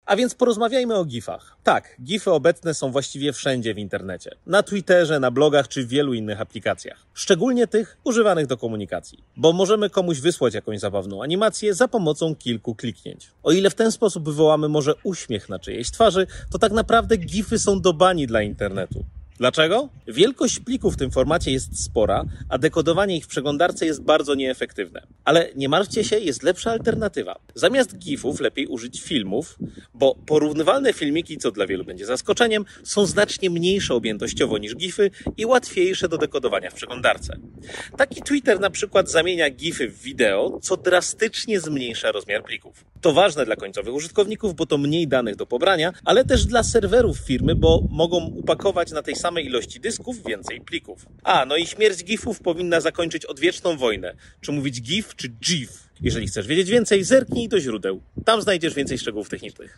A więc porozmawiajmy o GIF-ach. Tak, GIF-y obecne są właściwie wszędzie w internecie. Na Twitterze, na blogach czy w wielu innych aplikacjach. Szczególnie tych używanych do komunikacji. Bo możemy komuś wysłać jakąś zabawną animację za pomocą kilku kliknięć. O ile w ten sposób wywołamy może uśmiech na czyjejś twarzy, to tak naprawdę GIF-y są do bani dla internetu. Dlaczego? Wielkość plików w tym formacie jest spora, a dekodowanie ich w przeglądarce jest bardzo nieefektywne. Ale nie martwcie się, jest lepsza alternatywa. Zamiast GIF-ów lepiej użyć filmów, bo porównywalne filmiki, co dla wielu będzie zaskoczeniem, są znacznie mniejsze objętościowo niż GIF-y i łatwiejsze do dekodowania w przeglądarce. Taki Twitter na przykład zamienia GIF-y w wideo, co drastycznie zmniejsza rozmiar plików. To ważne dla końcowych użytkowników, bo to mniej danych do pobrania, ale też dla serwerów firmy, bo mogą upakować na tej samej ilości dysków więcej plików. No i śmierć GIF-ów powinna zakończyć odwieczną wojnę. Czy mówić GIF, czy GIF? Jeżeli chcesz wiedzieć więcej, zerknij do źródeł. Tam znajdziesz więcej szczegółów technicznych.